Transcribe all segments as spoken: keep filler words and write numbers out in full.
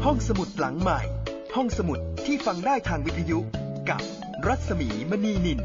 ห้องสมุดหลังใหม่ห้องสมุดที่ฟังได้ทางวิทยุกับรัศมีมณีนิน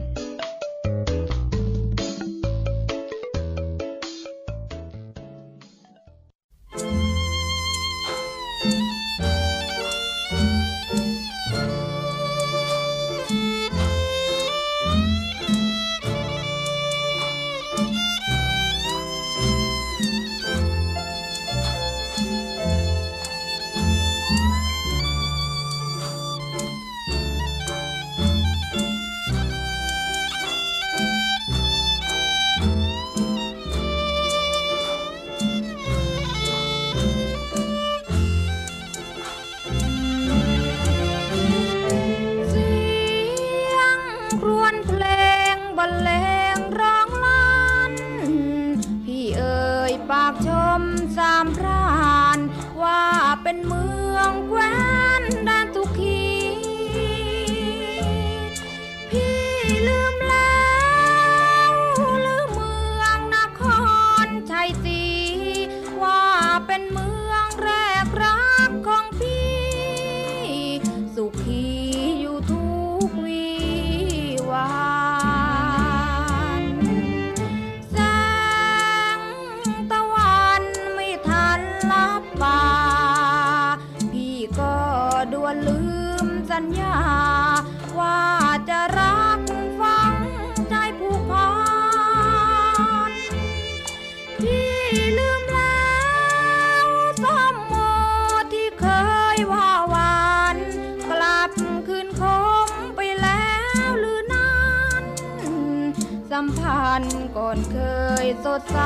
ก่อนเคยสดใส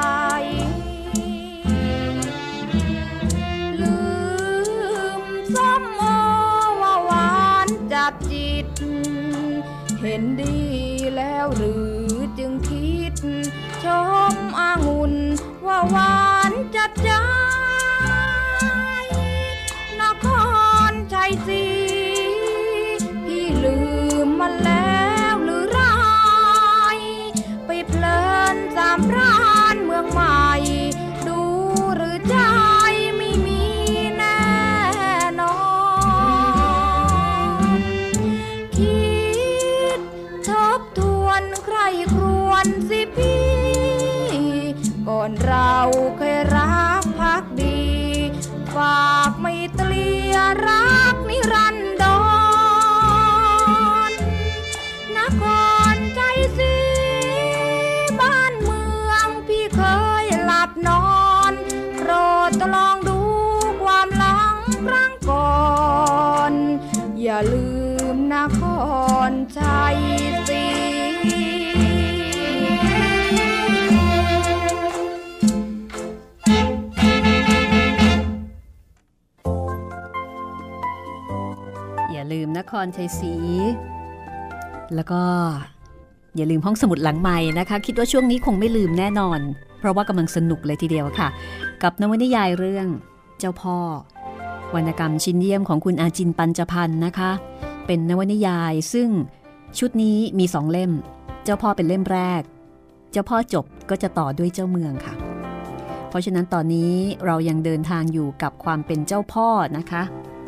ลืมซ้ำโอว่าหวานจับจิตเห็นดีแล้วหรือจึงคิดชมองุ่นว่าหวานจับใจนครชัยศรีพี่ลืมมันแล้วหรือไรไปเพลินสามพรานเมืองใหม่ดูหรือใจไม่มีแน่นอนคิดทบทวนใครครวญสิพี่ก่อนเราเคยรักภักดีฝากไมตรีรักนิรันดรนครชัยศรีบ้านเมืองพี่เคยหลับนอนโปรดลองดูความหลังครั้งก่อนอย่าลืมนครชัยศรีอย่าลืมนครชัยศรีแล้วก็อย่าลืมห้องสมุดหลังใหม่นะคะคิดว่าช่วงนี้คงไม่ลืมแน่นอนเพราะว่ากำลังสนุกเลยทีเดียวค่ะกับนวนิยายเรื่องเจ้าพ่อวรรณกรรมชิ้นเยี่ยมของคุณอาจินปัญจพันธ์นะคะเป็นนวนิยายซึ่งชุดนี้มีสองเล่มเจ้าพ่อเป็นเล่มแรกเจ้าพ่อจบก็จะต่อด้วยเจ้าเมืองค่ะเพราะฉะนั้นตอนนี้เรายังเดินทางอยู่กับความเป็นเจ้าพ่อนะคะ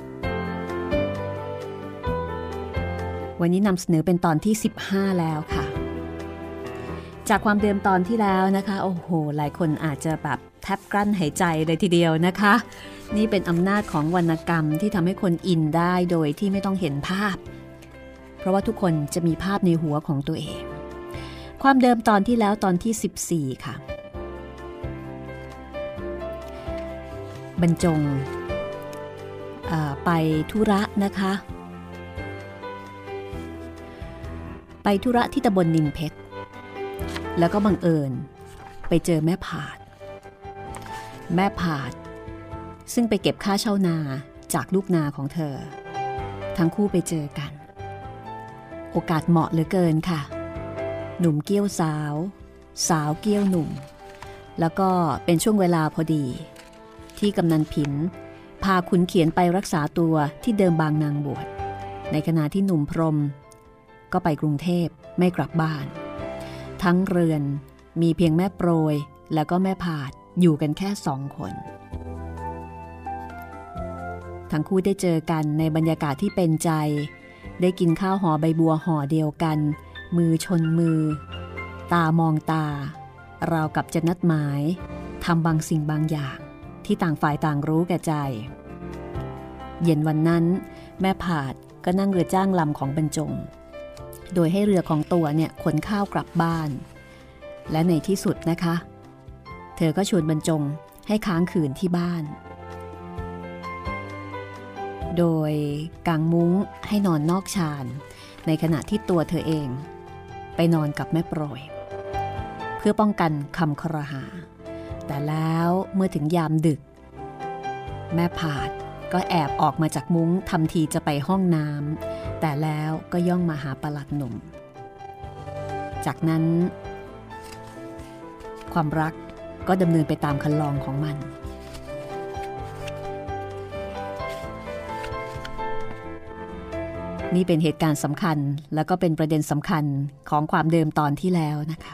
วันนี้นำเสนอเป็นตอนที่สิบห้าแล้วค่ะจากความเดิมตอนที่แล้วนะคะโอ้โหหลายคนอาจจะแบบแทบกลั้นหายใจเลยทีเดียวนะคะนี่เป็นอำนาจของวรรณกรรมที่ทำให้คนอินได้โดยที่ไม่ต้องเห็นภาพเพราะว่าทุกคนจะมีภาพในหัวของตัวเองความเดิมตอนที่แล้วตอนที่สิบสี่ค่ะบรรจงไปธุระนะคะไปธุระที่ตำบลนินเพชรแล้วก็บังเอิญไปเจอแม่ผาดแม่ผาดซึ่งไปเก็บค่าเช่านาจากลูกนาของเธอทั้งคู่ไปเจอกันโอกาสเหมาะเหลือเกินค่ะหนุ่มเกี้ยวสาวสาวเกี้ยวหนุ่มแล้วก็เป็นช่วงเวลาพอดีที่กำนันผินพาขุนเขียนไปรักษาตัวที่เดิมบางนางบวชในขณะที่หนุ่มพรหมก็ไปกรุงเทพไม่กลับบ้านทั้งเรือนมีเพียงแม่โปรยแล้วก็แม่ผาดอยู่กันแค่สองคนทั้งคู่ได้เจอกันในบรรยากาศที่เป็นใจได้กินข้าวห่อใบบัวห่อเดียวกันมือชนมือตามองตาราวกับจะนัดหมายทำบางสิ่งบางอย่างที่ต่างฝ่ายต่างรู้แก่ใจเย็นวันนั้นแม่ผาดก็นั่งเรือจ้างลำของบรรจงโดยให้เรือของตัวเนี่ยขนข้าวกลับบ้านและในที่สุดนะคะเธอก็ชวนบรรจงให้ค้างคืนที่บ้านโดยกางมุ้งให้นอนนอกชานในขณะที่ตัวเธอเองไปนอนกับแม่โปรยเพื่อป้องกันคำครหาแต่แล้วเมื่อถึงยามดึกแม่ผาดก็แอบออกมาจากมุ้งทำทีจะไปห้องน้ำแต่แล้วก็ย่องมาหาปลัดหนุ่มจากนั้นความรักก็ดำเนินไปตามคันลองของมันนี่เป็นเหตุการณ์สำคัญแล้วก็เป็นประเด็นสำคัญของความเดิมตอนที่แล้วนะคะ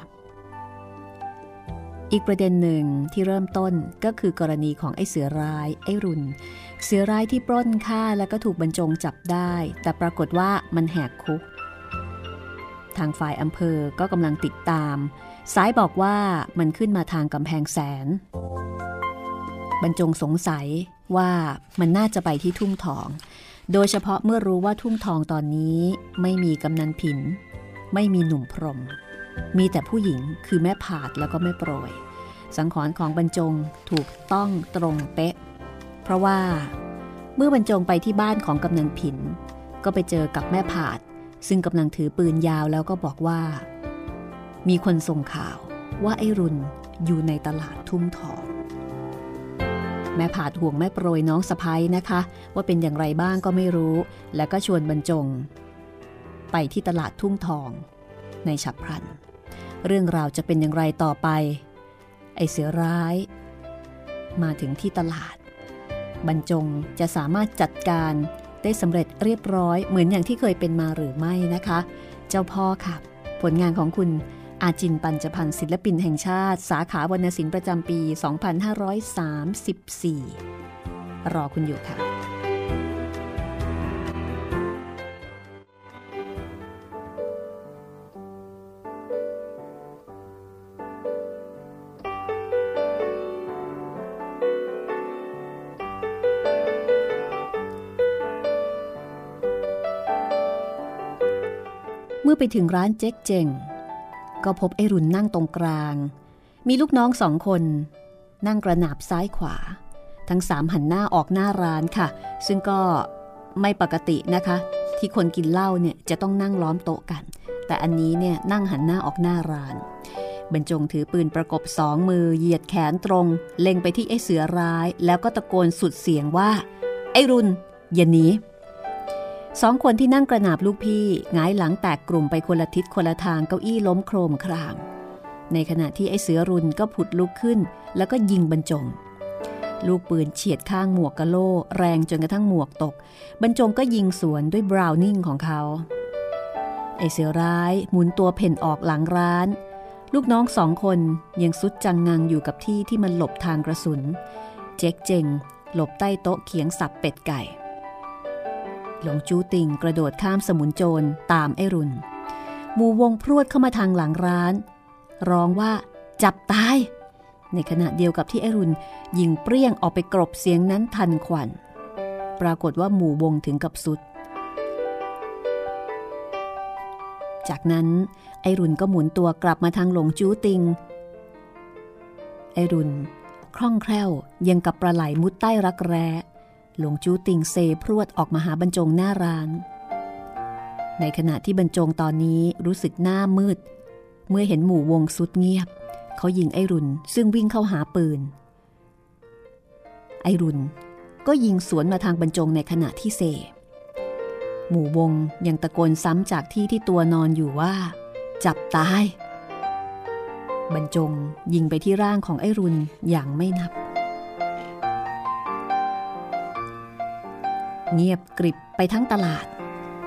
อีกประเด็นหนึ่งที่เริ่มต้นก็คือกรณีของไอ้เสือร้ายไอ้รุนเสือร้ายที่ปล้นฆ่าแล้วก็ถูกบรรจงจับได้แต่ปรากฏว่ามันแหกคุกทางฝ่ายอำเภอก็กำลังติดตามสายบอกว่ามันขึ้นมาทางกำแพงแสนบรรจงสงสัยว่ามันน่าจะไปที่ทุ่งทองโดยเฉพาะเมื่อรู้ว่าทุ่งทองตอนนี้ไม่มีกำนันผินไม่มีหนุ่มพรหมมีแต่ผู้หญิงคือแม่ผาดแล้วก็แม่โปรยสังขรณ์ของบรรจงถูกต้องตรงเป๊ะเพราะว่าเมื่อบรรจงไปที่บ้านของกำนันผินก็ไปเจอกับแม่ผาดซึ่งกำลังถือปืนยาวแล้วก็บอกว่ามีคนส่งข่าวว่าไอ้รุนอยู่ในตลาดทุ่งทองแม่ผาดห่วงแม่โปรยน้องสะใภ้นะคะว่าเป็นอย่างไรบ้างก็ไม่รู้แล้วก็ชวนบรรจงไปที่ตลาดทุ่งทองในฉับพลันเรื่องราวจะเป็นอย่างไรต่อไปไอ้เสือร้ายมาถึงที่ตลาดบรรจงจะสามารถจัดการได้สำเร็จเรียบร้อยเหมือนอย่างที่เคยเป็นมาหรือไม่นะคะเจ้าพ่อค่ะผลงานของคุณอาจินปัญจพันธ์ศิลปินแห่งชาติสาขาวรรณศิลป์ประจำปี สองพันห้าร้อยสามสิบสี่ รอคุณอยู่ค่ะเมื่อไปถึงร้านเจ๊กเจงก็พบไอ้รุนนั่งตรงกลางมีลูกน้องสองคนนั่งกระหนาบซ้ายขวาทั้งสามหันหน้าออกหน้าร้านค่ะซึ่งก็ไม่ปกตินะคะที่คนกินเหล้าเนี่ยจะต้องนั่งล้อมโต๊ะกันแต่อันนี้เนี่ยนั่งหันหน้าออกหน้าร้านบรรจงถือปืนประกบสองมือเหยียดแขนตรงเล็งไปที่ไอ้เสือร้ายแล้วก็ตะโกนสุดเสียงว่าไอ้รุนอย่าหนีสองคนที่นั่งกระหนาบลูกพี่หงายหลังแตกกลุ่มไปคนละทิศคนละทางเก้าอี้ล้มโครมครามในขณะที่ไอ้เสือรุนก็ผุดลุกขึ้นแล้วก็ยิงบรรจงลูกปืนเฉียดข้างหมวกกะโล่แรงจนกระทั่งหมวกตกบรรจงก็ยิงสวนด้วยบราวนิ่งของเขาไอ้เสือร้ายหมุนตัวเพ่นออกหลังร้านลูกน้องสองคนยังซุดจังงังอยู่กับที่ที่มันหลบทางกระสุนเจ๊กเจงหลบใต้โต๊ะเขียงสับเป็ดไก่หลงจูติงกระโดดข้ามสมุนโจรตามไอ้รุนหมู่วงพรวดเข้ามาทางหลังร้านร้องว่าจับตายในขณะเดียวกับที่ไอ้รุนยิงเปรี้ยงออกไปกรบเสียงนั้นทันควันปรากฏว่าหมู่วงถึงกับสุดจากนั้นไอ้รุนก็หมุนตัวกลับมาทางหลงจูติงไอ้รุนคล่องแคล่วยังกับปลาไหลมุดใต้รักแร้หลงจูติงเซพรวดออกมาหาบรรจงหน้าร้านในขณะที่บรรจงตอนนี้รู้สึกหน้ามืดเมื่อเห็นหมู่วงสุดเงียบเขายิงไอ้รุนซึ่งวิ่งเข้าหาปืนไอ้รุนก็ยิงสวนมาทางบรรจงในขณะที่เซหมู่วงยังตะโกนซ้ำจากที่ที่ตัวนอนอยู่ว่าจับตายบรรจงยิงไปที่ร่างของไอ้รุนอย่างไม่นับเงียบกริบไปทั้งตลาด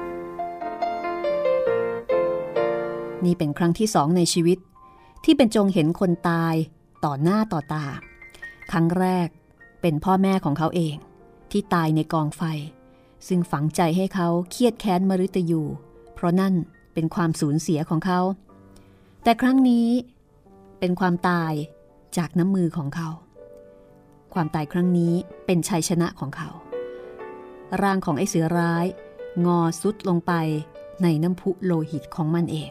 นี่เป็นครั้งที่สองในชีวิตที่บรรจงเห็นคนตายต่อหน้าต่อตาครั้งแรกเป็นพ่อแม่ของเขาเองที่ตายในกองไฟซึ่งฝังใจให้เขาเครียดแค้นมฤตยูเพราะนั่นเป็นความสูญเสียของเขาแต่ครั้งนี้เป็นความตายจากน้ำมือของเขาความตายครั้งนี้เป็นชัยชนะของเขาร่างของไอ้เสือร้ายงอซุดลงไปในน้ำพุโลหิตของมันเอง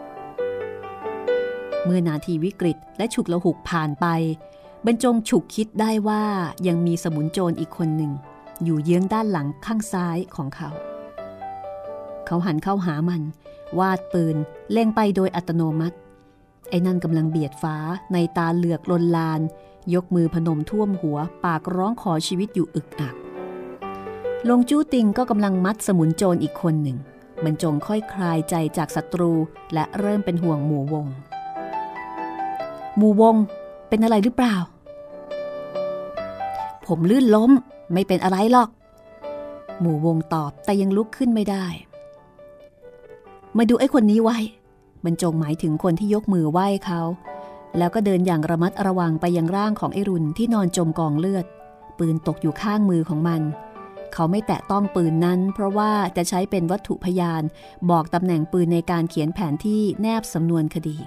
เมื่อนาทีวิกฤตและฉุกละหุกผ่านไปบรรจงฉุกคิดได้ว่ายังมีสมุนโจรอีกคนหนึ่งอยู่เยื้องด้านหลังข้างซ้ายของเขาเขาหันเข้าหามันวาดปืนเล็งไปโดยอัตโนมัติไอ้นั่นกำลังเบียดฟ้าในตาเหลือกลนลานยกมือพนมท่วมหัวปากร้องขอชีวิตอยู่อึกอักลงจู้ติงก็กำลังมัดสมุนโจรอีกคนหนึ่งบรรจงค่อยคลายใจจากศัตรูและเริ่มเป็นห่วงหมู่วงหมู่วงเป็นอะไรหรือเปล่าผมลื่นล้มไม่เป็นอะไรหรอกหมู่วงตอบแต่ยังลุกขึ้นไม่ได้มาดูไอ้คนนี้ไว้บรรจงหมายถึงคนที่ยกมือไหว้เขาแล้วก็เดินอย่างระมัดระวังไปยังร่างของไอ้รุนที่นอนจมกองเลือดปืนตกอยู่ข้างมือของมันเขาไม่แตะต้องปืนนั้นเพราะว่าจะใช้เป็นวัตถุพยานบอกตำแหน่งปืนในการเขียนแผนที่แนบสำนวนคดี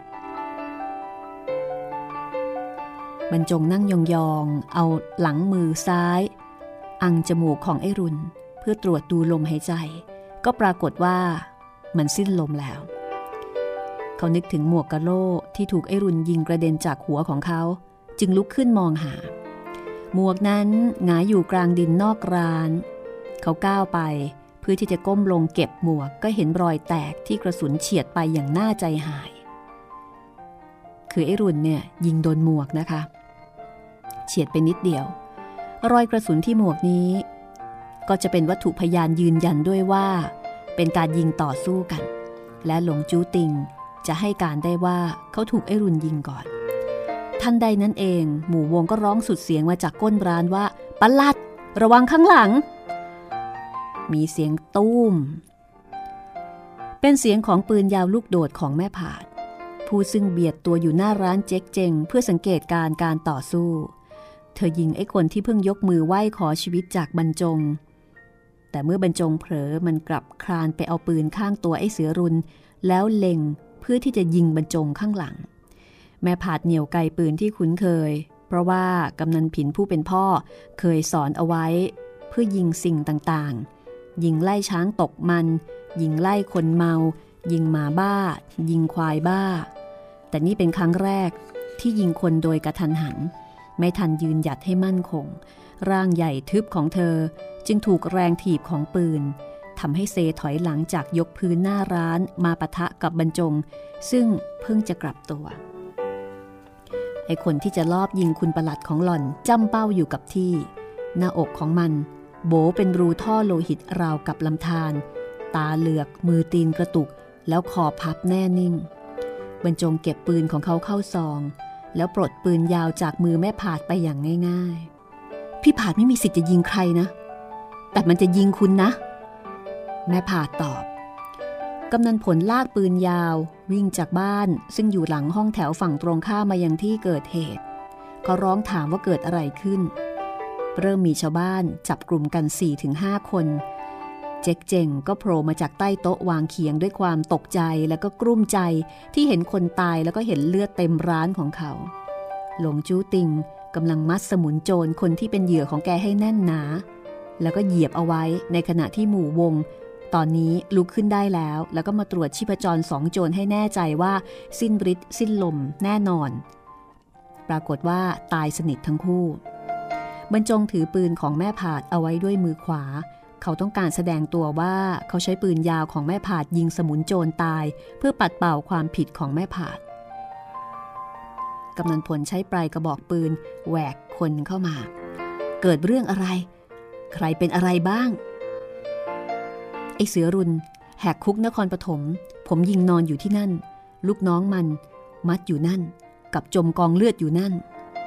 บรรจงนั่งยองๆเอาหลังมือซ้ายอังจมูกของไอ้รุนเพื่อตรวจดูลมหายใจก็ปรากฏว่ามันสิ้นลมแล้วเขานึกถึงหมวกกะโหลที่ถูกไอ้รุนยิงกระเด็นจากหัวของเขาจึงลุกขึ้นมองหาหมวกนั้นหงายอยู่กลางดินนอกร้านเขาก้าวไปเพื่อที่จะก้มลงเก็บหมวกก็เห็นรอยแตกที่กระสุนเฉียดไปอย่างน่าใจหายคือไอ้รุนเนี่ยยิงโดนหมวกนะคะเฉียดไปนิดเดียวรอยกระสุนที่หมวกนี้ก็จะเป็นวัตถุพยานยืนยันด้วยว่าเป็นการยิงต่อสู้กันและหลงจู้ติงจะให้การได้ว่าเขาถูกไอ้รุนยิงก่อนทันใดนั้นเองหมู่วงก็ร้องสุดเสียงมาจากก้นร้านว่าปลัดระวังข้างหลังมีเสียงตุ้มเป็นเสียงของปืนยาวลูกโดดของแม่ผาดผู้ซึ่งเบียดตัวอยู่หน้าร้านเจ๊กเจงเพื่อสังเกตการการต่อสู้เธอยิงไอ้คนที่เพิ่งยกมือไหว้ขอชีวิตจากบรรจงแต่เมื่อบรรจงเผลอมันกลับคลานไปเอาปืนข้างตัวไอ้เสือรุนแล้วเล็งเพื่อที่จะยิงบรรจงข้างหลังแม่ผาดเหนี่ยวไกปืนที่คุ้นเคยเพราะว่ากำนันผินผู้เป็นพ่อเคยสอนเอาไว้เพื่อยิงสิ่งต่างๆยิงไล่ช้างตกมันยิงไล่คนเมายิงหมาบ้ายิงควายบ้าแต่นี่เป็นครั้งแรกที่ยิงคนโดยกระทันหันไม่ทันยืนหยัดให้มั่นคงร่างใหญ่ทึบของเธอจึงถูกแรงถีบของปืนทำให้เซถอยหลังจากยกพื้นหน้าร้านมาปะทะกับบรรจงซึ่งเพิ่งจะกลับตัวไอ้คนที่จะลอบยิงคุณปลัดของหล่อนจ้ำเป้าอยู่กับที่หน้าอกของมันโบเป็นรูท่อโลหิตราวกับลำธารตาเหลือกมือตีนกระตุกแล้วคอพับแน่นิ่งบรรจงเก็บปืนของเขาเข้าซองแล้วปลดปืนยาวจากมือแม่ผาดไปอย่างง่ายๆพี่ผาดไม่มีสิทธิ์จะยิงใครนะแต่มันจะยิงคุณนะแม่ผาดตอบกำนันผลลากปืนยาววิ่งจากบ้านซึ่งอยู่หลังห้องแถวฝั่งตรงข้ามมายังที่เกิดเหตุเขาร้องถามว่าเกิดอะไรขึ้นเริ่มมีชาวบ้านจับกลุ่มกัน สี่ถึงห้า คนเจ๊กเจงก็โผล่มาจากใต้โต๊ะวางเขียงด้วยความตกใจแล้วก็กลุ้มใจที่เห็นคนตายแล้วก็เห็นเลือดเต็มร้านของเขาหลงจู้ติงกำลังมัดสมุนโจรคนที่เป็นเหยื่อของแกให้แน่นหนาแล้วก็เหยียบเอาไว้ในขณะที่หมู่วงตอนนี้ลุกขึ้นได้แล้วแล้วก็มาตรวจชีพจรสองโจรให้แน่ใจว่าสิ้นฤทธิ์สิ้นลมแน่นอนปรากฏว่าตายสนิททั้งคู่บรรจงถือปืนของแม่ผาดเอาไว้ด้วยมือขวาเขาต้องการแสดงตัวว่าเขาใช้ปืนยาวของแม่ผาดยิงสมุนโจรตายเพื่อปัดเป่าความผิดของแม่ผาดกำนันผลใช้ปลายกระบอกปืนแหวกคนเข้ามาเกิดเรื่องอะไรใครเป็นอะไรบ้างไอ้เสือรุนแหกคุกนครปฐมผมยิงนอนอยู่ที่นั่นลูกน้องมันมัดอยู่นั่นกับจมกองเลือดอยู่นั่น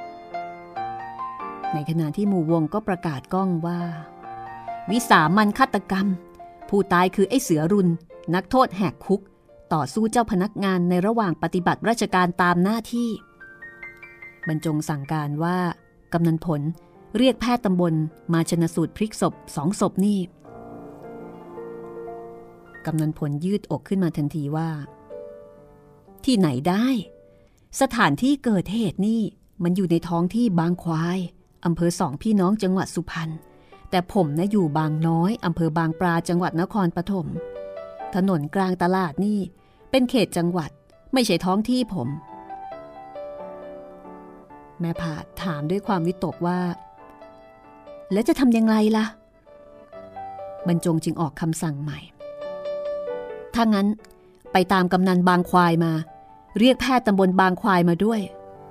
ในขณะที่หมู่วงก็ประกาศก้องว่าวิสามัญฆาตกรรมผู้ตายคือไอ้เสือรุนนักโทษแหกคุกต่อสู้เจ้าพนักงานในระหว่างปฏิบัติราชการตามหน้าที่บรรจงสั่งการว่ากำนันผลเรียกแพทย์ตำบลมาชนสูตรพลิกศพสองศพนี่กำนันผลยืดอกขึ้นมาทันทีว่าที่ไหนได้สถานที่เกิดเหตุนี่มันอยู่ในท้องที่บางควายอำเภอสองพี่น้องจังหวัดสุพรรณแต่ผมนะอยู่บางน้อยอำเภอบางปลาจังหวัดนครปฐมถนนกลางตลาดนี่เป็นเขตจังหวัดไม่ใช่ท้องที่ผมแม่ผาดถามด้วยความวิตกว่าแล้วจะทำยังไงล่ะบรรจงจึงออกคำสั่งใหม่ถ้างั้นไปตามกำนันบางควายมาเรียกแพทย์ตำบลบางควายมาด้วย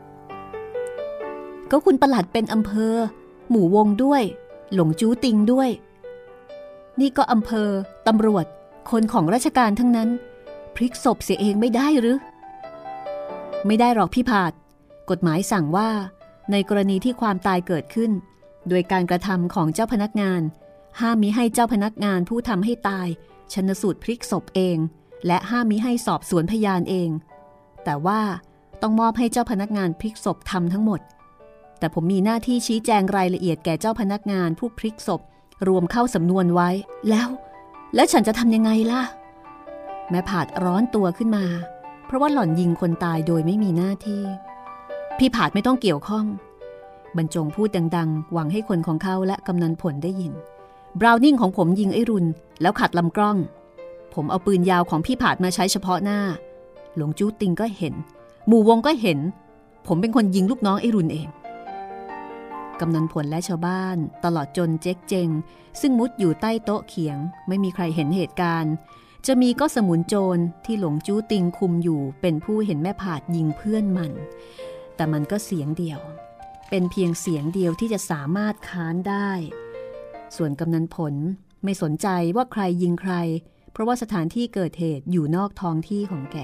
ก็คุณปลัดเป็นอำเภอหมู่วงด้วยหลงจู้ติงด้วยนี่ก็อำเภอตำรวจคนของราชการทั้งนั้นพลิกศพเสียเองไม่ได้หรือไม่ได้หรอกพี่ผาดกฎหมายสั่งว่าในกรณีที่ความตายเกิดขึ้นโดยการกระทำของเจ้าพนักงานห้ามมิให้เจ้าพนักงานผู้ทำให้ตายชันสูตรพลิกศพเองและห้ามมิให้สอบสวนพยานเองแต่ว่าต้องมอบให้เจ้าพนักงานพลิกศพทำทั้งหมดแต่ผมมีหน้าที่ชี้แจงรายละเอียดแก่เจ้าพนักงานผู้พลิกศพรวมเข้าสำนวนไว้แล้วแล้วฉันจะทำยังไงล่ะแม่ผาดร้อนตัวขึ้นมาเพราะว่าหล่อนยิงคนตายโดยไม่มีหน้าที่พี่ผาดไม่ต้องเกี่ยวข้องบรรจงพูดดังๆหวังให้คนของเขาและกำนันผลได้ยินบราวนิ่งของผมยิงไอ้รุนแล้วขัดลำกล้องผมเอาปืนยาวของพี่ผาดมาใช้เฉพาะหน้าหลวงจู้ติงก็เห็นหมู่วงก็เห็นผมเป็นคนยิงลูกน้องไอ้รุนเองกำนันผลและชาวบ้านตลอดจนเจ๊กเจงซึ่งมุดอยู่ใต้โต๊ะเขียงไม่มีใครเห็นเหตุการณ์จะมีก็สมุนโจรที่หลวงจู้ติงคุมอยู่เป็นผู้เห็นแม่ผาดยิงเพื่อนมันแต่มันก็เสียงเดียวเป็นเพียงเสียงเดียวที่จะสามารถค้านได้ส่วนกำนันผลไม่สนใจว่าใครยิงใครเพราะว่าสถานที่เกิดเหตุอยู่นอกท้องที่ของแก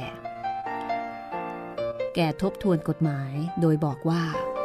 แกทบทวนกฎหมายโดยบอกว่า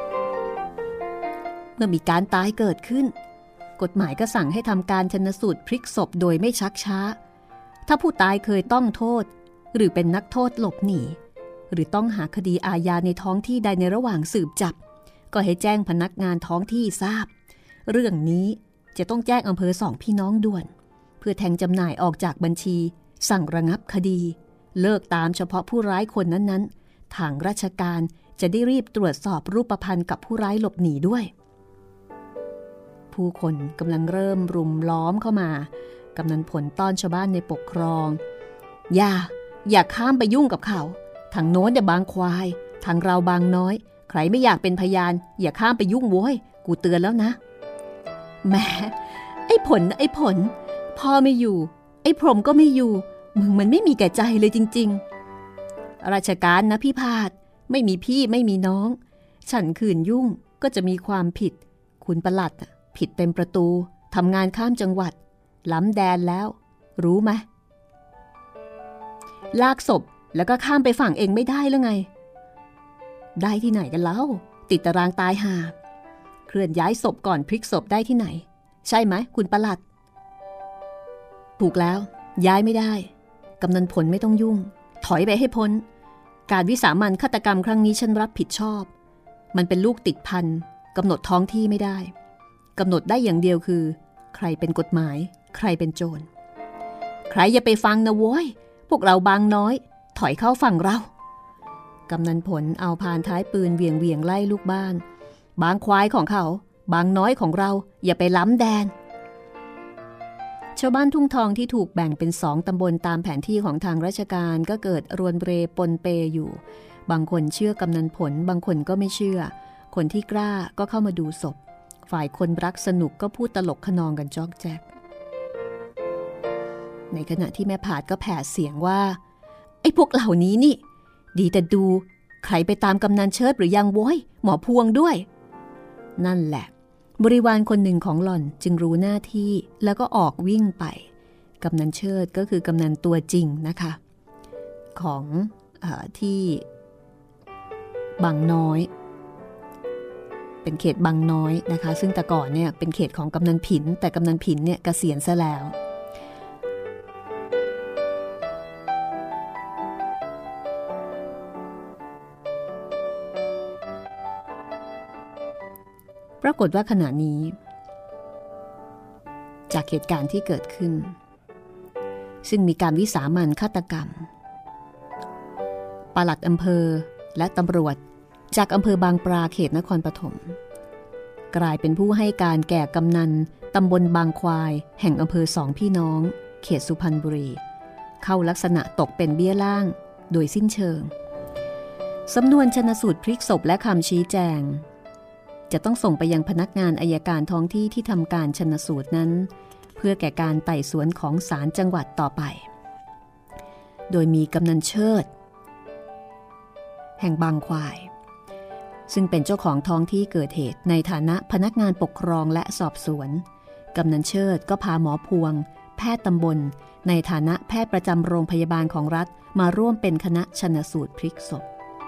เมื่อมีการตายเกิดขึ้นกฎหมายก็สั่งให้ทำการชันสูตรพลิกศพโดยไม่ชักช้าถ้าผู้ตายเคยต้องโทษหรือเป็นนักโทษหลบหนีหรือต้องหาคดีอาญาในท้องที่ใดในระหว่างสืบจับก็ให้แจ้งพนักงานท้องที่ทราบเรื่องนี้จะต้องแจ้งอำเภอสองพี่น้องด่วนเพื่อแทงจำหน่ายออกจากบัญชีสั่งระงับคดีเลิกตามเฉพาะผู้ร้ายคนนั้นๆทางราชการจะได้รีบตรวจสอบรูปพรรณกับผู้ร้ายหลบหนีด้วยผู้คนกำลังเริ่มรุมล้อมเข้ามากำนันผลต้อนชาวบ้านในปกครองอย่าอย่าข้ามไปยุ่งกับเขาทางโน้นอย่าบางควายทางเราบางน้อยใครไม่อยากเป็นพยานอย่าข้ามไปยุ่งโว้ยกูเตือนแล้วนะแหมไอ้ผลไอ้ผลพ่อไม่อยู่ไอ้พรหมก็ไม่อยู่มึงมันไม่มีแก่ใจเลยจริงๆราชการนะพี่พาดไม่มีพี่ไม่มีน้องฉันขืนยุ่งก็จะมีความผิดคุณปลัดผิดเต็มประตูทำงานข้ามจังหวัดล้ำแดนแล้วรู้ไหมลากศพแล้วก็ข้ามไปฝั่งเองไม่ได้แล้วไงได้ที่ไหนกันเล่าติดตารางตายห่าเคลื่อนย้ายศพก่อนพลิกศพได้ที่ไหนใช่ไหมคุณปลัดถูกแล้วย้ายไม่ได้กำนันผลไม่ต้องยุ่งถอยไปให้พ้นการวิสามัญฆาตกรรมครั้งนี้ฉันรับผิดชอบมันเป็นลูกติดพันกำหนดท้องที่ไม่ได้กำหนดได้อย่างเดียวคือใครเป็นกฎหมายใครเป็นโจรใครอย่าไปฟังนะโว้ยพวกเราบางน้อยถอยเข้าฝั่งเรากำนันผลเอาพานท้ายปืนเวียงเวียงไล่ลูกบ้านบางควายของเขาบางน้อยของเราอย่าไปล้ำแดนชาวบ้านทุ่งทองที่ถูกแบ่งเป็นสองตำบลตามแผนที่ของทางราชการก็เกิดรวนเรปนเปอยู่บางคนเชื่อกำนันผลบางคนก็ไม่เชื่อคนที่กล้าก็เข้ามาดูศพฝ่ายคนรักสนุกก็พูดตลกขนองกันจ๊อกแจ๊กในขณะที่แม่ผาดก็แผ่เสียงว่าไอ้พวกเหล่านี้นี่ดีแต่ดูใครไปตามกำนันเชิดหรือยังโว้ยหมอพวงด้วยนั่นแหละบริวารคนหนึ่งของหล่อนจึงรู้หน้าที่แล้วก็ออกวิ่งไปกำนันเชิดก็คือกำนันตัวจริงนะคะของเอ่อที่บางน้อยเป็นเขตบางน้อยนะคะซึ่งแต่ก่อนเนี่ยเป็นเขตของกำนันผินแต่กำนันผินเนี่ยเกษียณซะแล้วปรรากฏว่าขณะนี้จากเหตุการณ์ที่เกิดขึ้นซึ่งมีการวิสามัญฆาตกรรมปลัดอำเภอและตำรวจจากอำเภอบางปลาเขตนครปฐมกลายเป็นผู้ให้การแก่กำนันตำบลบางควายแห่งอำเภอสองพี่น้องเขตสุพรรณบุรีเข้าลักษณะตกเป็นเบี้ยล่างโดยสิ้นเชิงสำนวนชันสูตรพลิกศพและคำชี้แจงจะต้องส่งไปยังพนักงานอัยการท้องที่ที่ทำการชันสูตรนั้นเพื่อแก่การไต่สวนของศาลจังหวัดต่อไปโดยมีกำนันเชิดแห่งบางควายซึ่งเป็นเจ้าของท้องที่เกิดเหตุในฐานะพนักงานปกครองและสอบสวนกำนันเชิดก็พาหมอพวงแพทย์ตำบลในฐานะแพทย์ประจำโรงพยาบาลของรัฐมาร่วมเป็นคณะชันสูตรพลิกศพ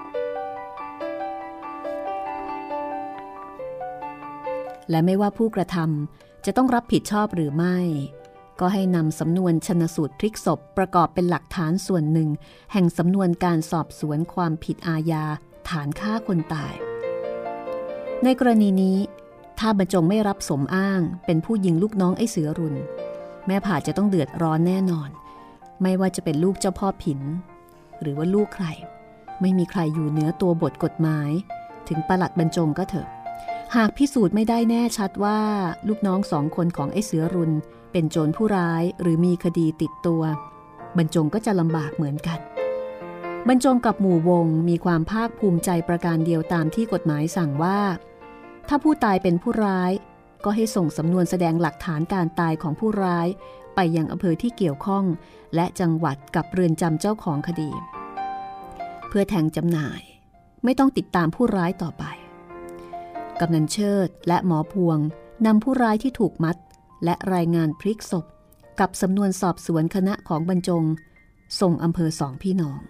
และไม่ว่าผู้กระทำจะต้องรับผิดชอบหรือไม่ก็ให้นำสำนวนชันสูตรพลิกศพประกอบเป็นหลักฐานส่วนหนึ่งแห่งสำนวนการสอบสวนความผิดอาญาฐานฆ่าคนตายในกรณีนี้ถ้าบรรจงไม่รับสมอ้างเป็นผู้ยิงลูกน้องไอ้เสือรุนแม่ผาจะต้องเดือดร้อนแน่นอนไม่ว่าจะเป็นลูกเจ้าพ่อผินหรือว่าลูกใครไม่มีใครอยู่เหนือตัวบทกฎหมายถึงปลัดบรรจงก็เถอะหากพิสูจน์ไม่ได้แน่ชัดว่าลูกน้องสองคนของไอ้เสือรุนเป็นโจรผู้ร้ายหรือมีคดีติดตัวบรรจงก็จะลำบากเหมือนกันบรรจงกับหมู่วงมีความภาคภูมิใจประการเดียวตามที่กฎหมายสั่งว่าถ้าผู้ตายเป็นผู้ร้ายก็ให้ส่งสำนวนแสดงหลักฐานการตายของผู้ร้ายไปยังอำเภอที่เกี่ยวข้องและจังหวัดกับเรือนจำเจ้าของคดีเพื่อแทงจำหน่ายไม่ต้องติดตามผู้ร้ายต่อไปกำนันเชิดและหมอพวงนำผู้ร้ายที่ถูกมัดและรายงานพลิกศพกับสำนวนสอบสวนคณะของบรรจงส่งอำเภอสองพี่น้อง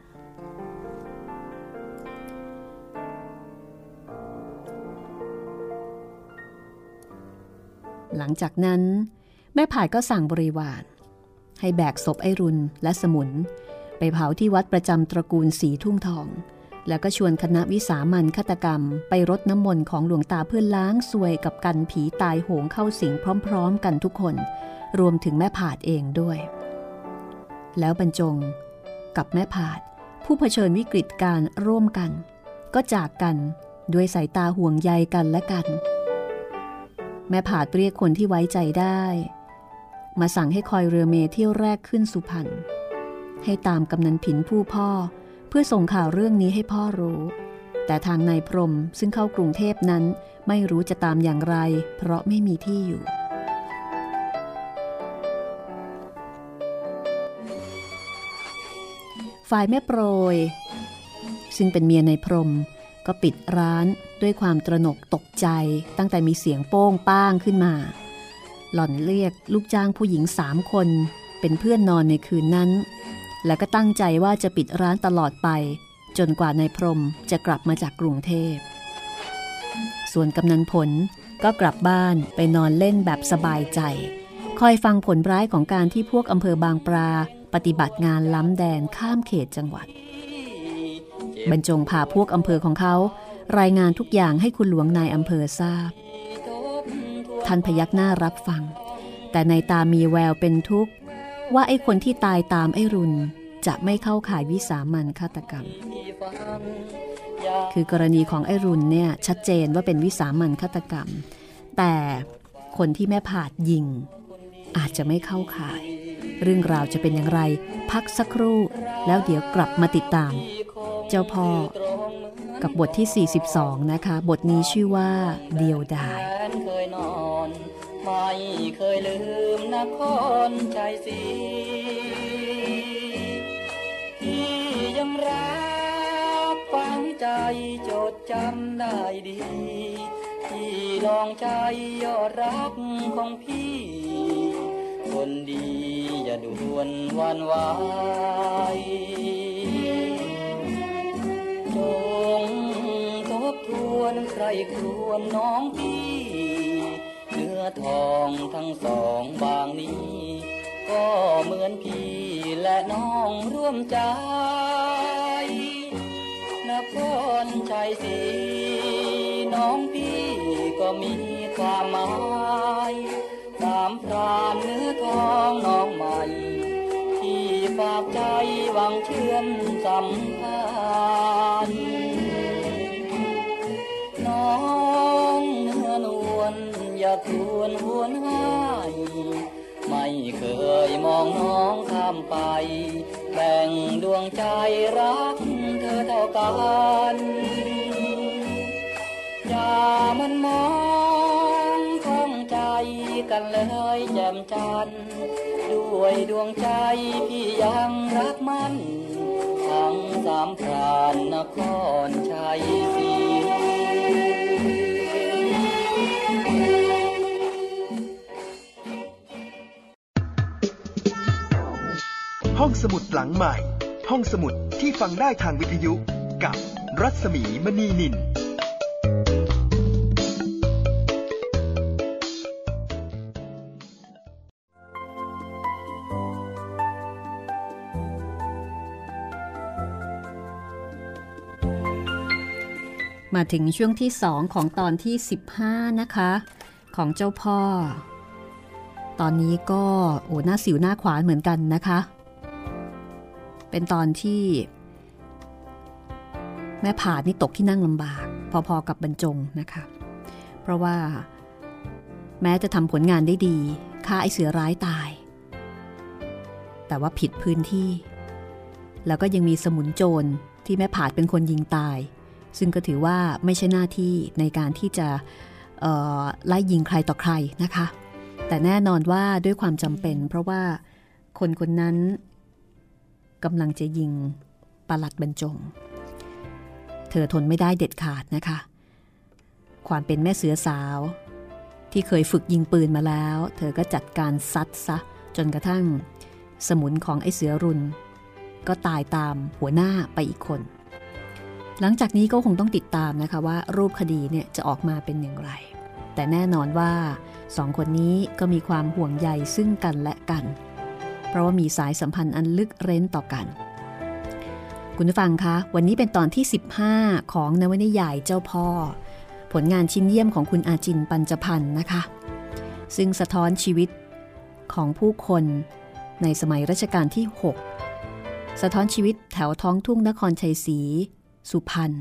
หลังจากนั้นแม่ผายก็สั่งบริวารให้แบกศพไอ้รุนและสมุนไปเผาที่วัดประจำตระกูลสีทุ่งทองแล้วก็ชวนคณะวิสามัญฆาตกรรมไปรดน้ำมนต์ของหลวงตาเพื่อล้างซวยกับกันผีตายโหงเข้าสิงพร้อมๆกันทุกคนรวมถึงแม่ผาดเองด้วยแล้วบรรจงกับแม่ผาดผู้เผชิญวิกฤตการร่วมกันก็จากกันด้วยสายตาห่วงใยกันและกันแม่ผาดเรียกคนที่ไว้ใจได้มาสั่งให้คอยเรือเมเที่ยวแรกขึ้นสุพรรณให้ตามกำนันผินผู้พ่อเพื่อส่งข่าวเรื่องนี้ให้พ่อรู้แต่ทางนายพรหมซึ่งเข้ากรุงเทพนั้นไม่รู้จะตามอย่างไรเพราะไม่มีที่อยู่ฝ่ายแม่โปรยซึ่งเป็นเมียนายพรหมก็ปิดร้านด้วยความตระหนกตกใจตั้งแต่มีเสียงโป้งป้างขึ้นมาหล่อนเรียกลูกจ้างผู้หญิงสามคนเป็นเพื่อนนอนในคืนนั้นและก็ตั้งใจว่าจะปิดร้านตลอดไปจนกว่านายพรหมจะกลับมาจากกรุงเทพส่วนกำนันผลก็กลับบ้านไปนอนเล่นแบบสบายใจคอยฟังผลร้ายของการที่พวกอำเภอบางปลาปฏิบัติงานล้ำแดนข้ามเขตจังหวัดบรรจงพาพวกอำเภอของเขารายงานทุกอย่างให้คุณหลวงนายอำเภอทราบท่านพยักหน้ารับฟังแต่ในตามีแววเป็นทุกข์ว่าไอ้คนที่ตายตามไอ้รุนจะไม่เข้าข่ายวิสามัญฆาตกรรมคือกรณีของไอ้รุนเนี่ยชัดเจนว่าเป็นวิสามัญฆาตกรรมแต่คนที่แม่ผาดยิงอาจจะไม่เข้าข่ายเรื่องราวจะเป็นอย่างไรพักสักครู่แล้วเดี๋ยวกลับมาติดตามเจ้าพ่อกับบทที่สี่สิบสองนะคะบทนี้ชื่อว่าเดียวดายไม่เคยลืมนครชัยศรีที่ยังรักฝังใจจดจำได้ดีที่ลองใจยอดรักของพี่คนดีอย่าด่วนหวั่นไหวจงทบทวนใครครวญน้องพี่เนื้อทองทั้งสองบางนี้ก็เหมือนพี่และน้องร่วมใจนครชัยศรีน้องพี่ก็มีามไม้สามพรานเนื้อทองน้องใหม่ที่ฝากใจหวังเชื่อมสัมพันธ์น้องเนื้อนวลอย่าทวนหวนหายไม่เคยมองน้องข้ามไปแบ่งดวงใจรักเธอเท่ากันอย่ามันมองข้องใจกันเลยแจ่มจันทร์ด้วยดวงใจพี่ยังรักมันทั้งสามพรานนครชัยศรีห้องสมุดหลังใหม่ห้องสมุดที่ฟังได้ทางวิทยุกับรัศมีมณีนินมาถึงช่วงที่สองของตอนที่สิบห้านะคะของเจ้าพ่อตอนนี้ก็โอ้หน้าสิวหน้าขวานเหมือนกันนะคะเป็นตอนที่แม่ผาดนี่ตกที่นั่งลำบากพอๆกับบรรจงนะคะเพราะว่าแม้จะทำผลงานได้ดีฆ่าไอ้เสือร้ายตายแต่ว่าผิดพื้นที่แล้วก็ยังมีสมุนโจรที่แม่ผาดเป็นคนยิงตายซึ่งก็ถือว่าไม่ใช่หน้าที่ในการที่จะเอ่อไล่ยิงใครต่อใครนะคะแต่แน่นอนว่าด้วยความจำเป็นเพราะว่าคนคนนั้นกำลังจะยิงปลัดบรรจงเธอทนไม่ได้เด็ดขาดนะคะความเป็นแม่เสือสาวที่เคยฝึกยิงปืนมาแล้วเธอก็จัดการซัดซะจนกระทั่งสมุนของไอ้เสือรุนก็ตายตามหัวหน้าไปอีกคนหลังจากนี้ก็คงต้องติดตามนะคะว่ารูปคดีเนี่ยจะออกมาเป็นอย่างไรแต่แน่นอนว่าสองคนนี้ก็มีความห่วงใยซึ่งกันและกันเพราะว่ามีสายสัมพันธ์อันลึกเร้นต่อกันคุณผู้ฟังคะวันนี้เป็นตอนที่สิบห้าของนวนิยายเจ้าพ่อผลงานชิ้นเยี่ยมของคุณอาจินปัญจพันธ์นะคะซึ่งสะท้อนชีวิตของผู้คนในสมัยรัชกาลที่หกสะท้อนชีวิตแถวท้องทุ่งนครชัยศรีสุพรรณ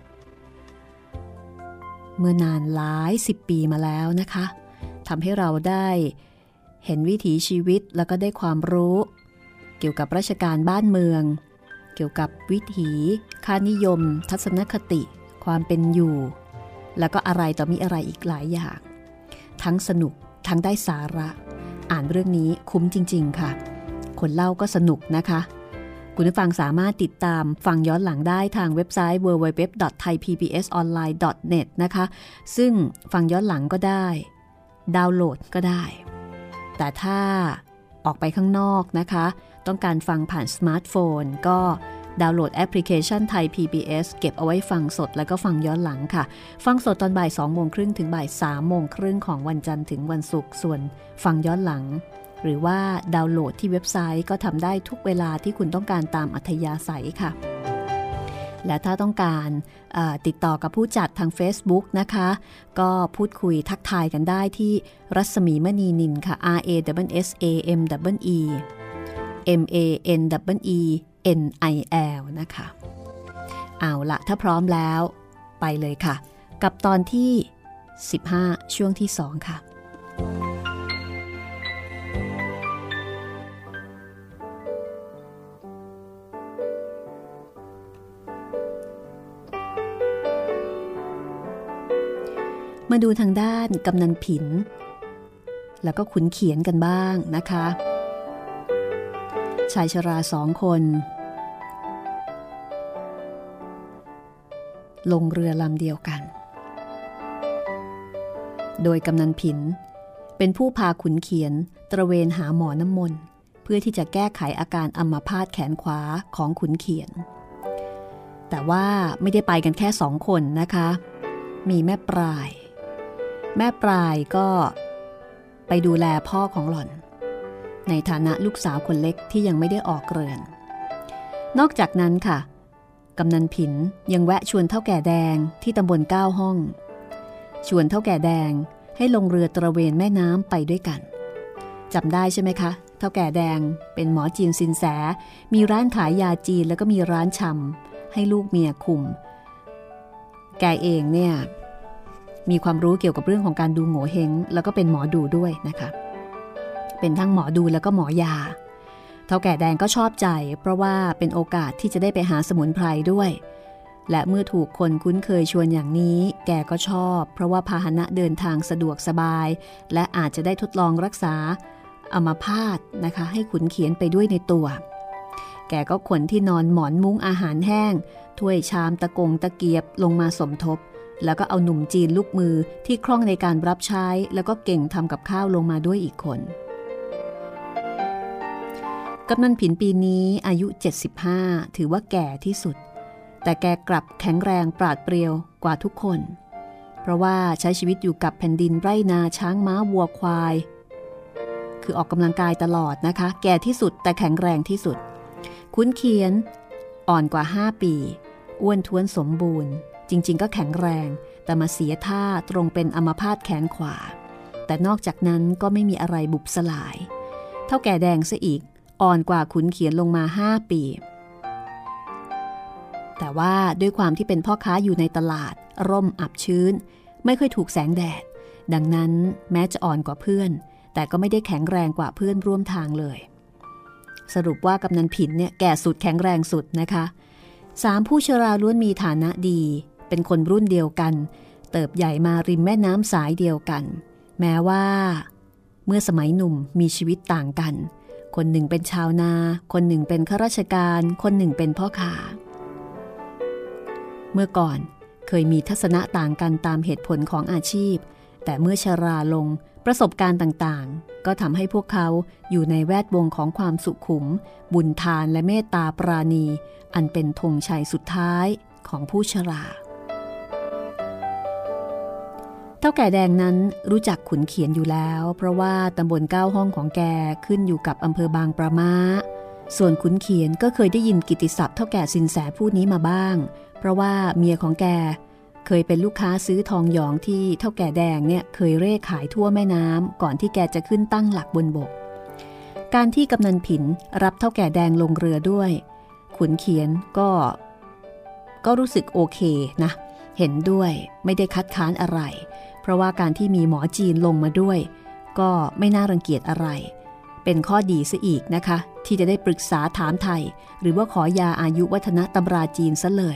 เมื่อนานหลายสิบปีมาแล้วนะคะทำให้เราได้เห็นวิถีชีวิตแล้วก็ได้ความรู้เกี่ยวกับราชการบ้านเมืองเกี่ยวกับวิถีค่านิยมทัศนคติความเป็นอยู่แล้วก็อะไรต่อมีอะไรอีกหลายอย่างทั้งสนุกทั้งได้สาระอ่านเรื่องนี้คุ้มจริงๆค่ะคนเล่าก็สนุกนะคะคุณผู้ฟังสามารถติดตามฟังย้อนหลังได้ทางเว็บไซต์ ดับเบิลยู ดับเบิลยู ดับเบิลยู ดอท ไทย พี บี เอส ออนไลน์ ดอท เน็ต นะคะซึ่งฟังย้อนหลังก็ได้ดาวน์โหลดก็ได้แต่ถ้าออกไปข้างนอกนะคะต้องการฟังผ่านสมาร์ทโฟนก็ดาวน์โหลดแอปพลิเคชันไทย พี บี เอส เก็บเอาไว้ฟังสดแล้วก็ฟังย้อนหลังค่ะฟังสดตอนบ่ายสองโมงครึ่งถึงบ่ายสามโมงครึ่งของวันจันทร์ถึงวันศุกร์ส่วนฟังย้อนหลังหรือว่าดาวน์โหลดที่เว็บไซต์ก็ทำได้ทุกเวลาที่คุณต้องการตามอัธยาศัยค่ะและถ้าต้องการติดต่อกับผู้จัดทาง Facebook นะคะก็พูดคุยทักทายกันได้ที่รัศมีมณีนินค่ะ R A S S A M E E M A N E E N I L นะคะเอาละถ้าพร้อมแล้วไปเลยค่ะกับตอนที่สิบห้าช่วงที่สองค่ะมาดูทางด้านกำนันผินแล้วก็ขุนเขียนกันบ้างนะคะชายชราสองคนลงเรือลำเดียวกันโดยกำนันผินเป็นผู้พาขุนเขียนตระเวนหาหมอน้ำมนต์เพื่อที่จะแก้ไขอาการอัมพาตแขนขวาของขุนเขียนแต่ว่าไม่ได้ไปกันแค่สองคนนะคะมีแม่ปลายแม่ปลายก็ไปดูแลพ่อของหล่อนในฐานะลูกสาวคนเล็กที่ยังไม่ได้ออกเรือนนอกจากนั้นค่ะกำนันผินยังแวะชวนเฒ่าแก่แดงที่ตำบลเก้าห้องชวนเฒ่าแก่แดงให้ลงเรือตระเวนแม่น้ำไปด้วยกันจำได้ใช่ไหมคะเฒ่าแก่แดงเป็นหมอจีนซินแสมีร้านขายยาจีนแล้วก็มีร้านชำให้ลูกเมียคุมแกเองเนี่ยมีความรู้เกี่ยวกับเรื่องของการดูโง่เฮงแล้วก็เป็นหมอดูด้วยนะคะเป็นทั้งหมอดูแล้วก็หมอยาเฒ่าแก่แดงก็ชอบใจเพราะว่าเป็นโอกาสที่จะได้ไปหาสมุนไพรด้วยและเมื่อถูกคนคุ้นเคยชวนอย่างนี้แกก็ชอบเพราะว่าพาหนะเดินทางสะดวกสบายและอาจจะได้ทดลองรักษาอัมพาตนะคะให้ขุนเขียนไปด้วยในตัวแกก็ขนที่นอนหมอนมุ้งอาหารแห้งถ้วยชามตะกงตะเกียบลงมาสมทบแล้วก็เอาหนุ่มจีนลูกมือที่คล่องในการรับใช้แล้วก็เก่งทำกับข้าวลงมาด้วยอีกคนกำนันผินปีนี้อายุเจ็ดสิบห้าถือว่าแก่ที่สุดแต่แกกลับแข็งแรงปราดเปรียวกว่าทุกคนเพราะว่าใช้ชีวิตอยู่กับแผ่นดินไร่นาช้างม้าวัวควายคือออกกำลังกายตลอดนะคะแก่ที่สุดแต่แข็งแรงที่สุดคุ้นเขียนอ่อนกว่าห้าปีอ้วนท้วนสมบูรณ์จริงๆก็แข็งแรงแต่มาเสียท่าตรงเป็นอัมพาตแขนขวาแต่นอกจากนั้นก็ไม่มีอะไรบุบสลายเท่าแก่แดงซะอีกอ่อนกว่าขุนเขียนลงมาห้าปีแต่ว่าด้วยความที่เป็นพ่อค้าอยู่ในตลาดร่มอับชื้นไม่ค่อยถูกแสงแดดดังนั้นแม้จะอ่อนกว่าเพื่อนแต่ก็ไม่ได้แข็งแรงกว่าเพื่อนร่วมทางเลยสรุปว่ากำนันผินเนี่ยแก่สุดแข็งแรงสุดนะคะสามผู้ชราล้วนมีฐานะดีเป็นคนรุ่นเดียวกันเติบใหญ่มาริมแม่น้ำสายเดียวกันแม้ว่าเมื่อสมัยหนุ่มมีชีวิตต่างกันคนหนึ่งเป็นชาวนาคนหนึ่งเป็นข้าราชการคนหนึ่งเป็นพ่อค้าเมื่อก่อนเคยมีทัศนะต่างกันตามเหตุผลของอาชีพแต่เมื่อชราลงประสบการณ์ต่างๆก็ทำให้พวกเขาอยู่ในแวดวงของความสุขุมบุญทานและเมตตาปราณีอันเป็นธงชัยสุดท้ายของผู้ชราเฒ่าแก่แดงนั้นรู้จักขุนเขียนอยู่แล้วเพราะว่าตำบลเก้าห้องของแกขึ้นอยู่กับอำเภอบางประม้าส่วนขุนเขียนก็เคยได้ยินกิตติศัพท์เฒ่าแก่สินแสผู้นี้มาบ้างเพราะว่าเมียของแกเคยเป็นลูกค้าซื้อทองหยองที่เฒ่าแก่แดงเนี่ยเคยเร่ขายทั่วแม่น้ำก่อนที่แกจะขึ้นตั้งหลักบนบกการที่กำนันผินรับเฒ่าแก่แดงลงเรือด้วยขุนเขียนก็ก็รู้สึกโอเคนะเห็นด้วยไม่ได้คัดค้านอะไรเพราะว่าการที่มีหมอจีนลงมาด้วยก็ไม่น่ารังเกียจอะไรเป็นข้อดีซะอีกนะคะที่จะได้ปรึกษาถามไทยหรือว่าขอยาอายุวัฒนะตำราจีนซะเลย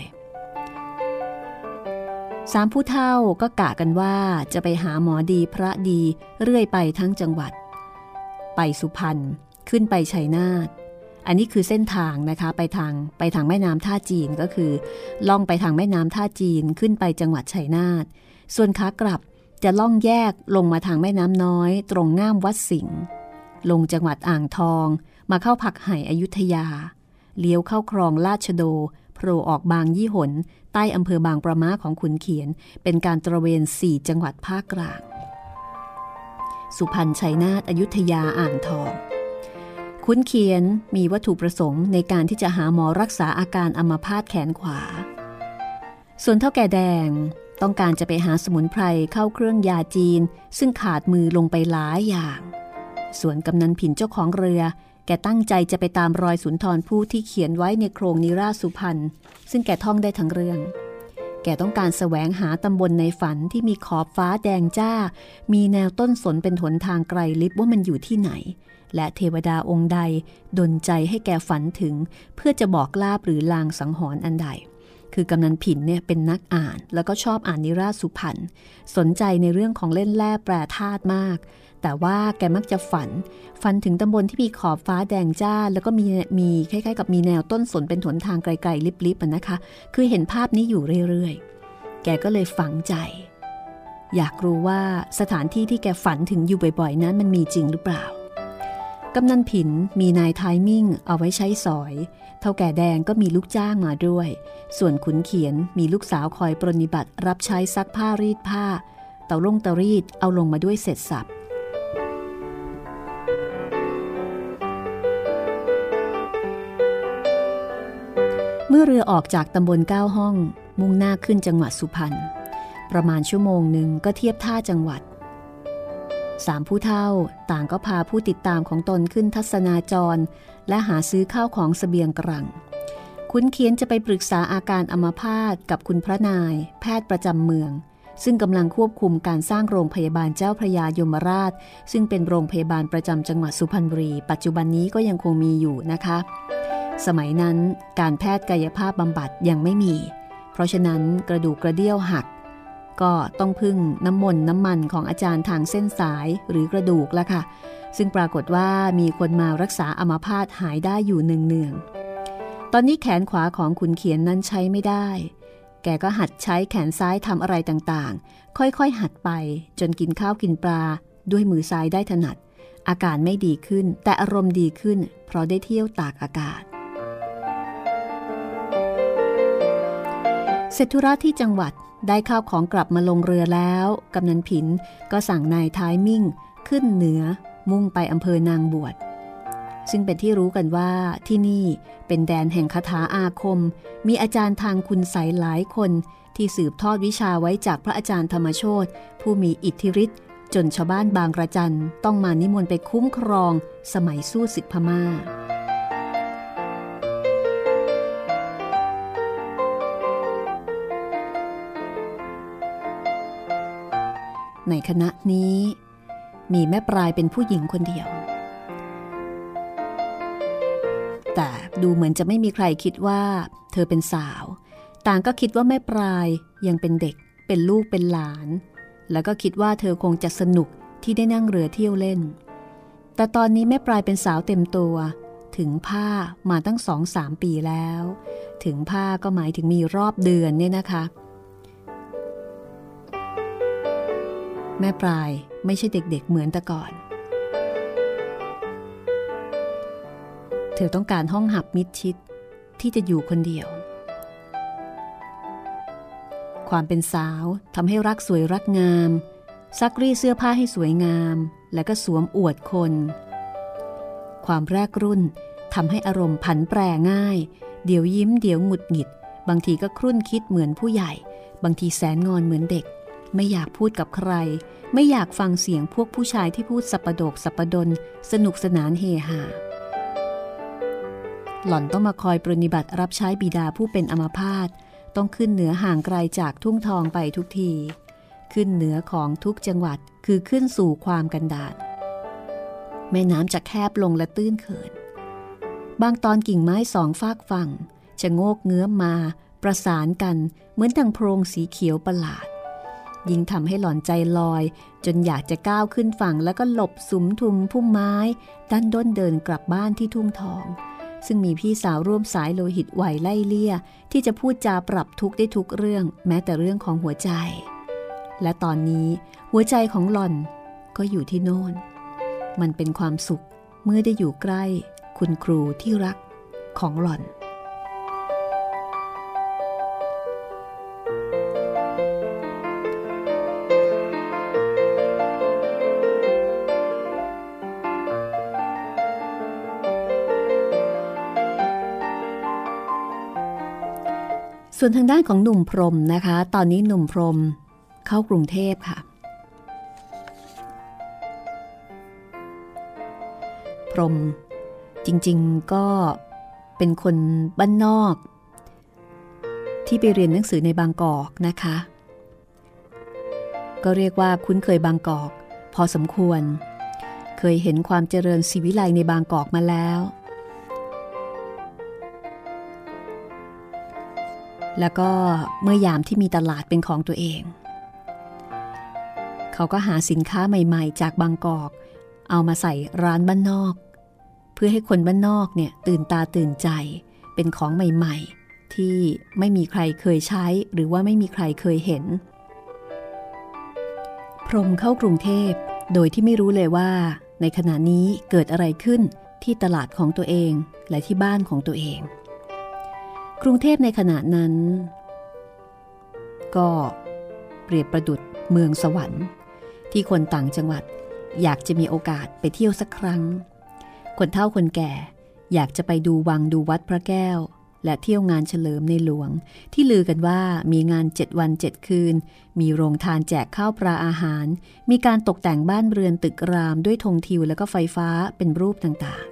สามผู้เฒ่าก็กะกันว่าจะไปหาหมอดีพระดีเรื่อยไปทั้งจังหวัดไปสุพรรณขึ้นไปชัยนาทอันนี้คือเส้นทางนะคะไปทางไปทางแม่น้ำท่าจีนก็คือล่องไปทางแม่น้ำท่าจีนขึ้นไปจังหวัดชัยนาทส่วนขากลับจะล่องแยกลงมาทางแม่น้ำน้อยตรงง่ามวัดสิงห์ลงจังหวัดอ่างทองมาเข้าผักไห่อยุธยาเลี้ยวเข้าคลองลาดชโดโผล่ออกบางยี่หนใต้อำเภอบางประม้าของขุนเขียนเป็นการตระเวนสี่จังหวัดภาคกลางสุพรรณชัยนาทอยุธยาอ่างทองขุนเขียนมีวัตถุประสงค์ในการที่จะหาหมอรักษาอาการอัมพาตแขนขวาส่วนเฒ่าแก่แดงต้องการจะไปหาสมุนไพรเข้าเครื่องยาจีนซึ่งขาดมือลงไปหลายอย่างส่วนกำนันผินเจ้าของเรือแกตั้งใจจะไปตามรอยสุนทรภู่ที่เขียนไว้ในโครงนิราศสุพรรณซึ่งแกท่องได้ทั้งเรื่องแกต้องการแสวงหาตำบลในฝันที่มีขอบฟ้าแดงจ้ามีแนวต้นสนเป็นหนทางไกลลิบว่ามันอยู่ที่ไหนและเทวดาองค์ใดดลใจให้แกฝันถึงเพื่อจะบอกลาภหรือลางสังหรณ์อันใดคือกำนันผินเนี่ยเป็นนักอ่านแล้วก็ชอบอ่านนิราศสุพรรณสนใจในเรื่องของเล่นแร่แปรธาตุมากแต่ว่าแกมักจะฝันฝันถึงตำบลที่มีขอบฟ้าแดงจ้าแล้วก็มีมีคล้ายๆกับมีแนวต้นสนเป็นหนทางไกลๆลิบๆนะคะคือเห็นภาพนี้อยู่เรื่อยๆแกก็เลยฝังใจอยากรู้ว่าสถานที่ที่แกฝันถึงอยู่บ่อยๆนั้นมันมีจริงหรือเปล่ากำนันผินมีนายไทมิ่งเอาไว้ใช้สอยเฒ่าแก่แดงก็มีลูกจ้างมาด้วยส่วนขุนเขียนมีลูกสาวคอยปรนนิบัติรับใช้ซักผ้ารีดผ้าเตาลงเตารีดเอาลงมาด้วยเสร็จสับเมื่อเรือออกจากตำบลเก้าห้องมุ่งหน้าขึ้นจังหวัดสุพรรณประมาณชั่วโมงหนึ่งก็เทียบท่าจังหวัดสามผู้เฒ่าต่างก็พาผู้ติดตามของตนขึ้นทัศนาจรและหาซื้อข้าวของเสบียงกรังขุนเขียนจะไปปรึกษาอาการอัมพาตกับคุณพระนายแพทย์ประจำเมืองซึ่งกำลังควบคุมการสร้างโรงพยาบาลเจ้าพระยายมราชซึ่งเป็นโรงพยาบาลประจำจังหวัดสุพรรณบุรีปัจจุบันนี้ก็ยังคงมีอยู่นะคะสมัยนั้นการแพทย์กายภาพบำบัดยังไม่มีเพราะฉะนั้นกระดูกกระเดี่ยวหักก็ต้องพึ่งน้ำมนต์น้ำมันของอาจารย์ทางเส้นสายหรือกระดูกละค่ะซึ่งปรากฏว่ามีคนมารักษาอัมพาตหายได้อยู่เนืองๆตอนนี้แขนขวาของขุนเขียนนั้นใช้ไม่ได้แกก็หัดใช้แขนซ้ายทำอะไรต่างๆค่อยๆหัดไปจนกินข้าวกินปลาด้วยมือซ้ายได้ถนัดอาการไม่ดีขึ้นแต่อารมณ์ดีขึ้นเพราะได้เที่ยวตากอากาศเสร็จธุระที่จังหวัดได้ข้าวของกลับมาลงเรือแล้วกำนันผินก็สั่งนายท้ายมิ่งขึ้นเหนือมุ่งไปอำเภอนางบวชซึ่งเป็นที่รู้กันว่าที่นี่เป็นแดนแห่งคาถาอาคมมีอาจารย์ทางคุณไสยหลายคนที่สืบทอดวิชาไว้จากพระอาจารย์ธรรมโชติผู้มีอิทธิฤทธิ์จนชาวบ้านบางระจันต้องมานิมนต์ไปคุ้มครองสมัยสู้ศึกพม่าในคณะนี้มีแม่ปลายเป็นผู้หญิงคนเดียวแต่ดูเหมือนจะไม่มีใครคิดว่าเธอเป็นสาวต่างก็คิดว่าแม่ปลายยังเป็นเด็กเป็นลูกเป็นหลานแล้วก็คิดว่าเธอคงจะสนุกที่ได้นั่งเรือเที่ยวเล่นแต่ตอนนี้แม่ปลายเป็นสาวเต็มตัวถึงผ้ามาตั้งสองสามปีแล้วถึงผ้าก็หมายถึงมีรอบเดือนเนี่ยนะคะแม่ปลายไม่ใช่เด็กๆเหมือนแต่ก่อนเธอต้องการห้องหับมิดชิดที่จะอยู่คนเดียวความเป็นสาวทำให้รักสวยรักงามซักรีดเสื้อผ้าให้สวยงามแล้วก็สวมอวดคนความแรกรุ่นทำให้อารมณ์ผันแปรง่ายเดี๋ยวยิ้มเดี๋ยวหงุดหงิดบางทีก็ครุ่นคิดเหมือนผู้ใหญ่บางทีแสนงอนเหมือนเด็กไม่อยากพูดกับใครไม่อยากฟังเสียงพวกผู้ชายที่พูดสัปปะโดกสัปปะดนสนุกสนานเฮฮาหล่อนต้องมาคอยปรนนิบัติรับใช้บิดาผู้เป็นอัมพาตต้องขึ้นเหนือห่างไกลจากทุ่งทองไปทุกทีขึ้นเหนือของทุกจังหวัดคือขึ้นสู่ความกันดารแม่น้ำจะแคบลงและตื้นเขินบางตอนกิ่งไม้สองฟากฝั่งจะโงกเงื้อมมาประสานกันเหมือนดังโพรงสีเขียวประหลาดยิ่งทำให้หล่อนใจลอยจนอยากจะก้าวขึ้นฝั่งแล้วก็หลบสุมทุมพุ่มไม้ด้านด้นเดินกลับบ้านที่ทุ่งทองซึ่งมีพี่สาวร่วมสายโลหิตไหวไล่เลี่ยที่จะพูดจาปรับทุกข์ได้ทุกเรื่องแม้แต่เรื่องของหัวใจและตอนนี้หัวใจของหล่อนก็อยู่ที่โน่นมันเป็นความสุขเมื่อได้อยู่ใกล้คุณครูที่รักของหล่อนส่วนทางด้านของหนุ่มพรหมนะคะตอนนี้หนุ่มพรหมเข้ากรุงเทพค่ะพรหมจริงๆก็เป็นคนบ้านนอกที่ไปเรียนหนังสือในบางกอกนะคะก็เรียกว่าคุ้นเคยบางกอกพอสมควรเคยเห็นความเจริญศิวิไลในบางกอกมาแล้วแล้วก็เมื่อยามที่มีตลาดเป็นของตัวเองเขาก็หาสินค้าใหม่ๆจากบางกอกเอามาใส่ร้านบ้านนอกเพื่อให้คนบ้านนอกเนี่ยตื่นตาตื่นใจเป็นของใหม่ๆที่ไม่มีใครเคยใช้หรือว่าไม่มีใครเคยเห็นพรหมเข้ากรุงเทพโดยที่ไม่รู้เลยว่าในขณะนี้เกิดอะไรขึ้นที่ตลาดของตัวเองและที่บ้านของตัวเองกรุงเทพในขณะนั้นก็เปรียบประดุจเมืองสวรรค์ที่คนต่างจังหวัดอยากจะมีโอกาสไปเที่ยวสักครั้งคนเฒ่าคนแก่อยากจะไปดูวังดูวัดพระแก้วและเที่ยวงานเฉลิมในหลวงที่ลือกันว่ามีงานเจ็ดวันเจ็ดคืนมีโรงทานแจกข้าวปลาอาหารมีการตกแต่งบ้านเรือนตึกรามด้วยธงทิวและก็ไฟฟ้าเป็นรูปต่าง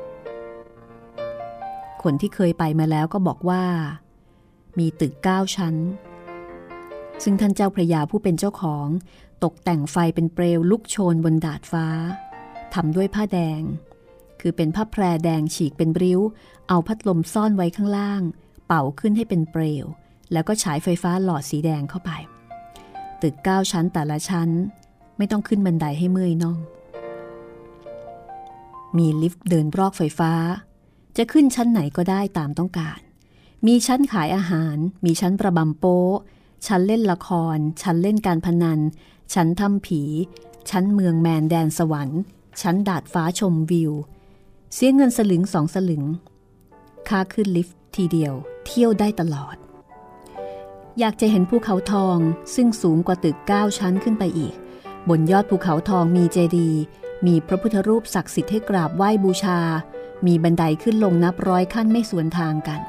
ๆคนที่เคยไปมาแล้วก็บอกว่ามีตึกเก้าชั้นซึ่งท่านเจ้าพระยาผู้เป็นเจ้าของตกแต่งไฟเป็นเปลวลุกโชนบนดาดฟ้าทำด้วยผ้าแดงคือเป็นผ้าแพรแดงฉีกเป็นริ้วเอาพัดลมซ่อนไว้ข้างล่างเป่าขึ้นให้เป็นเปลวแล้วก็ฉายไฟฟ้าหลอดสีแดงเข้าไปตึกเก้าชั้นแต่ละชั้นไม่ต้องขึ้นบันไดให้เมื่อยน่องมีลิฟต์เดินรอกไฟฟ้าจะขึ้นชั้นไหนก็ได้ตามต้องการมีชั้นขายอาหารมีชั้นประบำโป๊ชั้นเล่นละครชั้นเล่นการพนันชั้นทำผีชั้นเมืองแมนแดนสวรรค์ชั้นดาดฟ้าชมวิวเสียเงินสลึงสองสลึงค่าขึ้นลิฟต์ทีเดียวเที่ยวได้ตลอดอยากจะเห็นภูเขาทองซึ่งสูงกว่าตึกเก้าชั้นขึ้นไปอีกบนยอดภูเขาทองมีเจดีย์มีพระพุทธรูปศักดิ์สิทธิ์ให้กราบไหว้บูชามีบันไดขึ้นลงนับร้อยขั้นไม่สวนทางกัน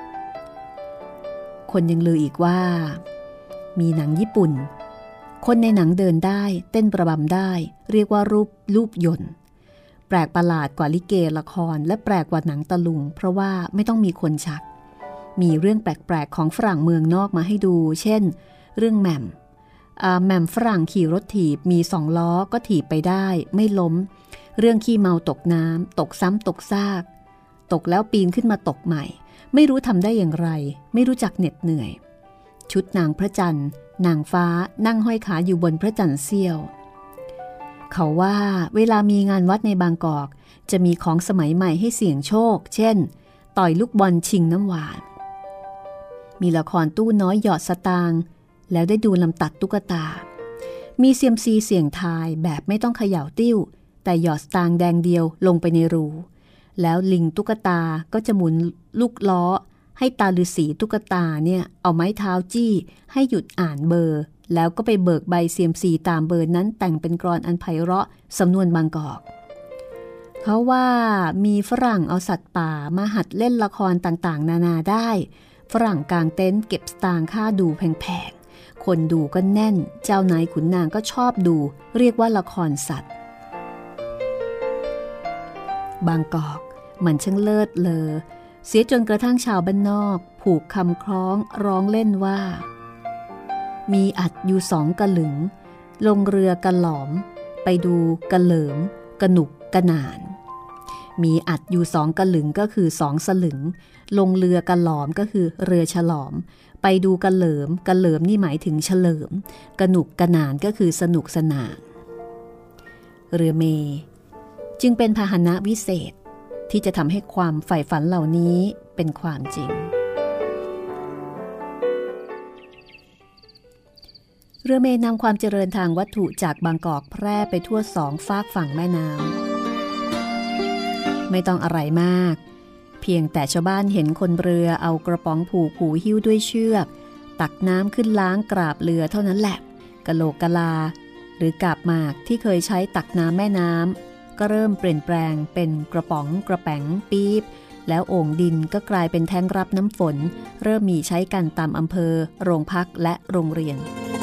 คนยังลืออีกว่ามีหนังญี่ปุ่นคนในหนังเดินได้เต้นประบำได้เรียกว่ารูปรูปยนต์แปลกประหลาดกว่าลิเกละครและแปลกกว่าหนังตะลุงเพราะว่าไม่ต้องมีคนชักมีเรื่องแปลกๆของฝรั่งเมืองนอกมาให้ดูเช่นเรื่องแหม่มแหม่มฝรั่งขี่รถถีบมีสองล้อก็ถีบไปได้ไม่ล้มเรื่องขี้เมาตกน้ำตกซ้ำตกซากตกแล้วปีนขึ้นมาตกใหม่ไม่รู้ทำได้อย่างไรไม่รู้จักเหน็ดเหนื่อยชุดนางพระจันทร์นางฟ้านั่งห้อยขาอยู่บนพระจันทร์เสี้ยวเขาว่าเวลามีงานวัดในบางกอกจะมีของสมัยใหม่ให้เสี่ยงโชคเช่นต่อยลูกบอลชิงน้ำหวานมีละครตู้น้อยหยอดสตางค์แล้วได้ดูลำตัดตุ๊กตามีเซียมซีเสี่ยงทายแบบไม่ต้องเขย่าติ้วแต่หยอดสตางค์แดงเดียวลงไปในรูแล้วลิงตุ๊กตาก็จะหมุนลูกล้อให้ตาฤาษีตุ๊กตาเนี่ยเอาไม้เท้าจี้ให้หยุดอ่านเบอร์แล้วก็ไปเบิกใบเซียมซีตามเบอร์นั้นแต่งเป็นกลอนอันไพเราะสำนวนบางกอกเขาว่ามีฝรั่งเอาสัตว์ป่ามาหัดเล่นละครต่างๆนานาได้ฝรั่งกางเต็นท์เก็บสตางค์ค่าดูแพงๆคนดูก็แน่นเจ้านายขุนนางก็ชอบดูเรียกว่าละครสัตว์บางกอกมันช่างเลิศเลอเสียจนกระทั่งชาวบ้านนอกผูกคำคล้องร้องเล่นว่ามีอัดอยู่สองกะหลึงลงเรือกระหลอมไปดูกระเหลิมกระหนุกกระหนานมีอัดอยู่สองกะหลึงก็คือสองสลึงลงเรือกระหลอมก็คือเรือฉลอมไปดูกระเหลิมกระเหลิมนี่หมายถึงเฉลิมกระหนุกกระหนานก็คือสนุกสนานเรือเมจึงเป็นพาหนะวิเศษที่จะทำให้ความใฝ่ฝันเหล่านี้เป็นความจริงเรือเมนำความเจริญทางวัตถุจากบางกอกแพร่ไปทั่วสองฟากฝั่งแม่น้ำไม่ต้องอะไรมากเพียงแต่ชาวบ้านเห็นคนเรือเอากระป๋องผูกผูหิ้วด้วยเชือกตักน้ำขึ้นล้างกราบเรือเท่านั้นแหละกะโหลกกะลาหรือกาบหมากที่เคยใช้ตักน้ำแม่น้ำก็เริ่มเปลี่ยนแปลงเป็นกระป๋องกระแป๋งปี๊บแล้วโอ่งดินก็กลายเป็นแท้งรับน้ำฝนเริ่มมีใช้กันตามอำเภอโรงพักและโรงเรียน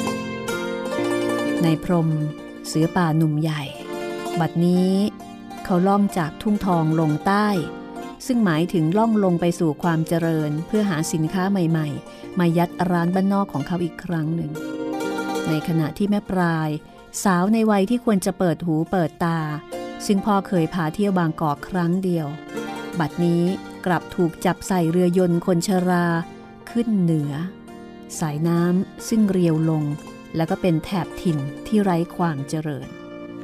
นายพรหมเสือป่าหนุ่มใหญ่บัดนี้เขาล่องจากทุ่งทองลงใต้ซึ่งหมายถึงล่องลงไปสู่ความเจริญเพื่อหาสินค้าใหม่ๆมายัดร้านบ้านนอกของเขาอีกครั้งหนึ่งในขณะที่แม่ปลายสาวในวัยที่ควรจะเปิดหูเปิดตาซึ่งพ่อเคยพาเที่ยวบางกอกครั้งเดียวบัดนี้กลับถูกจับใส่เรือยนต์คนชราขึ้นเหนือสายน้ำซึ่งเรียวลงแล้วก็เป็นแถบถิ่นที่ไร้ความเจริญ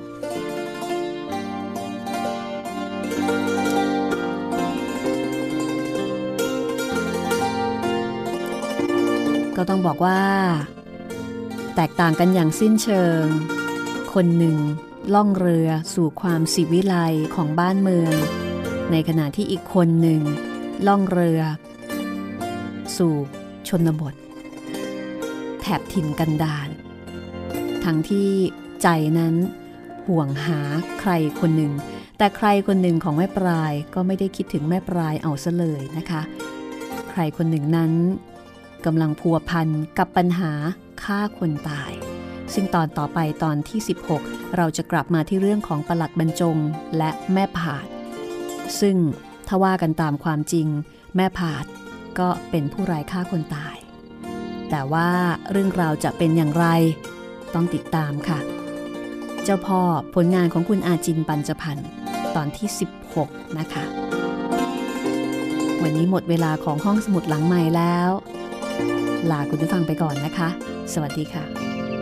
ก็ต้องบอกว่าแตกต่างกันอย่างสิ้นเชิงคนหนึ่งล่องเรือสู่ความศิวิไลของบ้านเมืองในขณะที่อีกคนหนึ่งล่องเรือสู่ชนบทแถบถิ่นกันดารทั้งที่ใจนั้นห่วงหาใครคนหนึ่งแต่ใครคนหนึ่งของแม่ปลายก็ไม่ได้คิดถึงแม่ปลายเอาซะเลยนะคะใครคนหนึ่งนั้นกำลังพัวพันกับปัญหาฆ่าคนตายซึ่งตอนต่อไปตอนที่สิบหกเราจะกลับมาที่เรื่องของปลัดบรรจงและแม่ผาดซึ่งถ้าว่ากันตามความจริงแม่ผาดก็เป็นผู้ร้ายฆ่าคนตายแต่ว่าเรื่องราวจะเป็นอย่างไรต้องติดตามค่ะเจ้าพ่อผลงานของคุณอาจินปัญจพันธ์ตอนที่สิบหกนะคะวันนี้หมดเวลาของห้องสมุดหลังใหม่แล้วลาคุณผู้ฟังไปก่อนนะคะสวัสดีค่ะ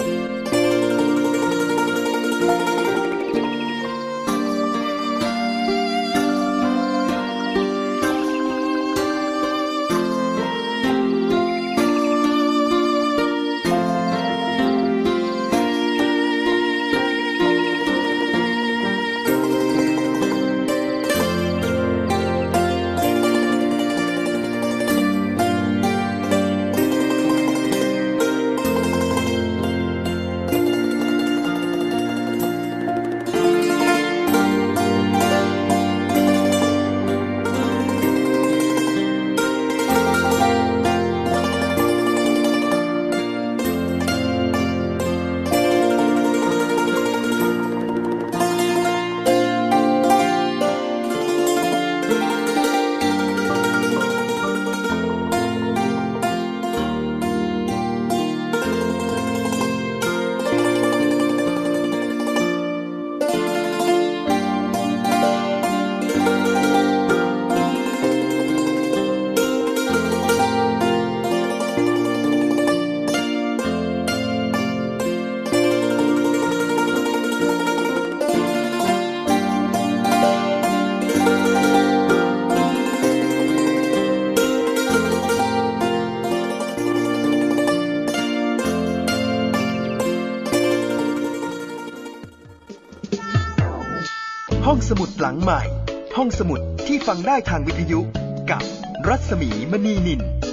ห้องสมุดหลังใหม่ห้องสมุดที่ฟังได้ทางวิทยุกับรัศมีมณีนิน